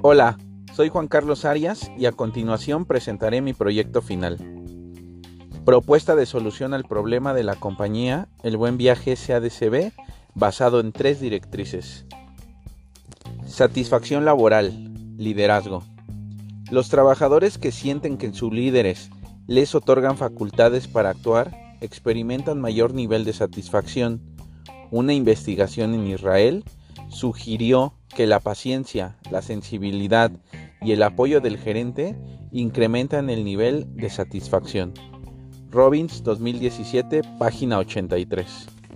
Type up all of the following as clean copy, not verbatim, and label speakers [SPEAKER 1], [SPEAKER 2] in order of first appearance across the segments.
[SPEAKER 1] Hola, soy Juan Carlos Arias y a continuación presentaré mi proyecto final. Propuesta de solución al problema de la compañía El Buen Viaje SADCB basado en 3 directrices. Satisfacción laboral, liderazgo. Los trabajadores que sienten que sus líderes les otorgan facultades para actuar experimentan mayor nivel de satisfacción. Una investigación en Israel sugirió que la paciencia, la sensibilidad y el apoyo del gerente incrementan el nivel de satisfacción. Robbins 2017, página 83.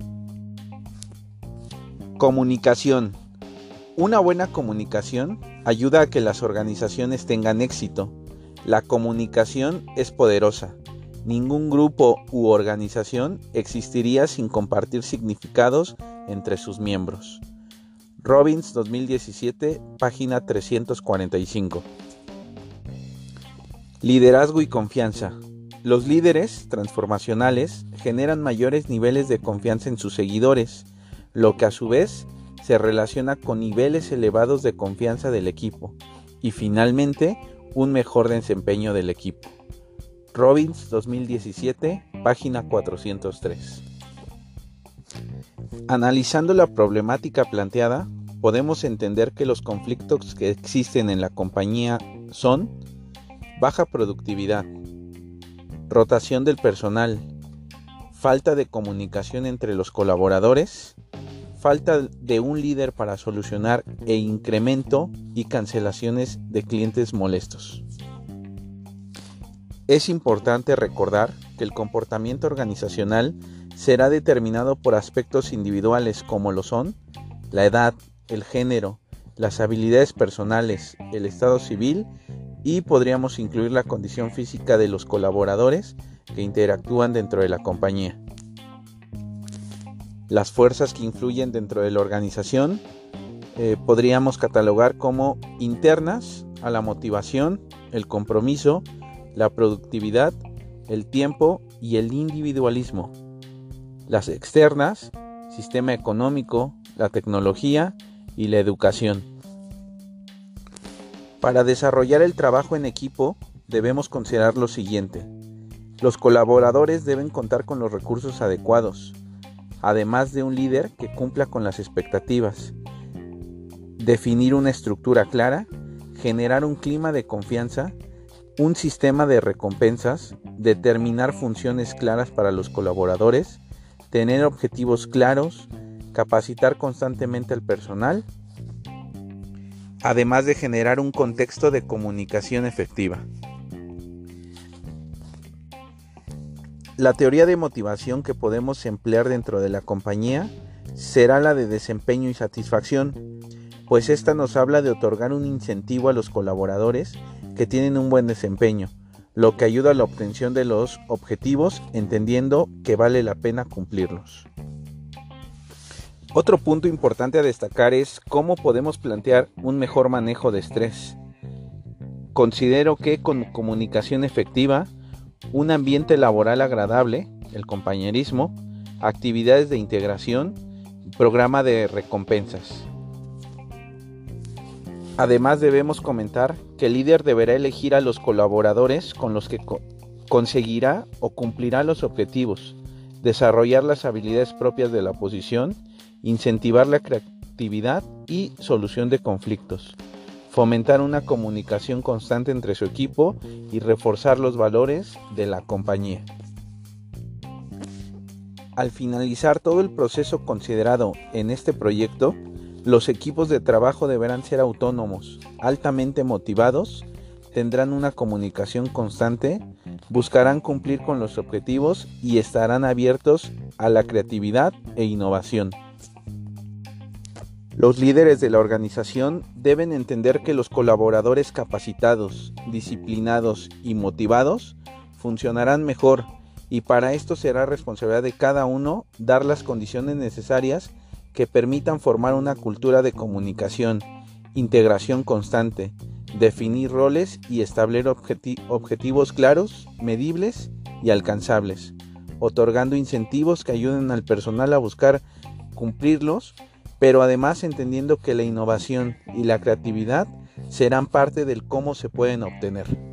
[SPEAKER 1] Comunicación. Una buena comunicación ayuda a que las organizaciones tengan éxito. La comunicación es poderosa. Ningún grupo u organización existiría sin compartir significados entre sus miembros. Robbins 2017, página 345. Liderazgo y confianza. Los líderes transformacionales generan mayores niveles de confianza en sus seguidores, lo que a su vez se relaciona con niveles elevados de confianza del equipo y finalmente un mejor desempeño del equipo. Robbins 2017, página 403. Analizando la problemática planteada, podemos entender que los conflictos que existen en la compañía son baja productividad, rotación del personal, falta de comunicación entre los colaboradores, falta de un líder para solucionar e incremento y cancelaciones de clientes molestos. Es importante recordar que el comportamiento organizacional será determinado por aspectos individuales como lo son la edad, el género, las habilidades personales, el estado civil y podríamos incluir la condición física de los colaboradores que interactúan dentro de la compañía. Las fuerzas que influyen dentro de la organización podríamos catalogar como internas a la motivación, el compromiso, la productividad, el tiempo y el individualismo. Las externas, sistema económico, la tecnología y la educación. Para desarrollar el trabajo en equipo debemos considerar lo siguiente. Los colaboradores deben contar con los recursos adecuados, además de un líder que cumpla con las expectativas. Definir una estructura clara, generar un clima de confianza, un sistema de recompensas, determinar funciones claras para los colaboradores, tener objetivos claros, capacitar constantemente al personal, además de generar un contexto de comunicación efectiva. La teoría de motivación que podemos emplear dentro de la compañía será la de desempeño y satisfacción, pues esta nos habla de otorgar un incentivo a los colaboradores que tienen un buen desempeño, lo que ayuda a la obtención de los objetivos, entendiendo que vale la pena cumplirlos. Otro punto importante a destacar es cómo podemos plantear un mejor manejo de estrés. Considero que con comunicación efectiva, un ambiente laboral agradable, el compañerismo, actividades de integración, programa de recompensas. Además debemos comentar que el líder deberá elegir a los colaboradores con los que conseguirá o cumplirá los objetivos, desarrollar las habilidades propias de la posición, incentivar la creatividad y solución de conflictos, fomentar una comunicación constante entre su equipo y reforzar los valores de la compañía. Al finalizar todo el proceso considerado en este proyecto, los equipos de trabajo deberán ser autónomos, altamente motivados, tendrán una comunicación constante, buscarán cumplir con los objetivos y estarán abiertos a la creatividad e innovación. Los líderes de la organización deben entender que los colaboradores capacitados, disciplinados y motivados funcionarán mejor y para esto será responsabilidad de cada uno dar las condiciones necesarias que permitan formar una cultura de comunicación, integración constante, definir roles y establecer objetivos claros, medibles y alcanzables, otorgando incentivos que ayuden al personal a buscar cumplirlos, pero además entendiendo que la innovación y la creatividad serán parte del cómo se pueden obtener.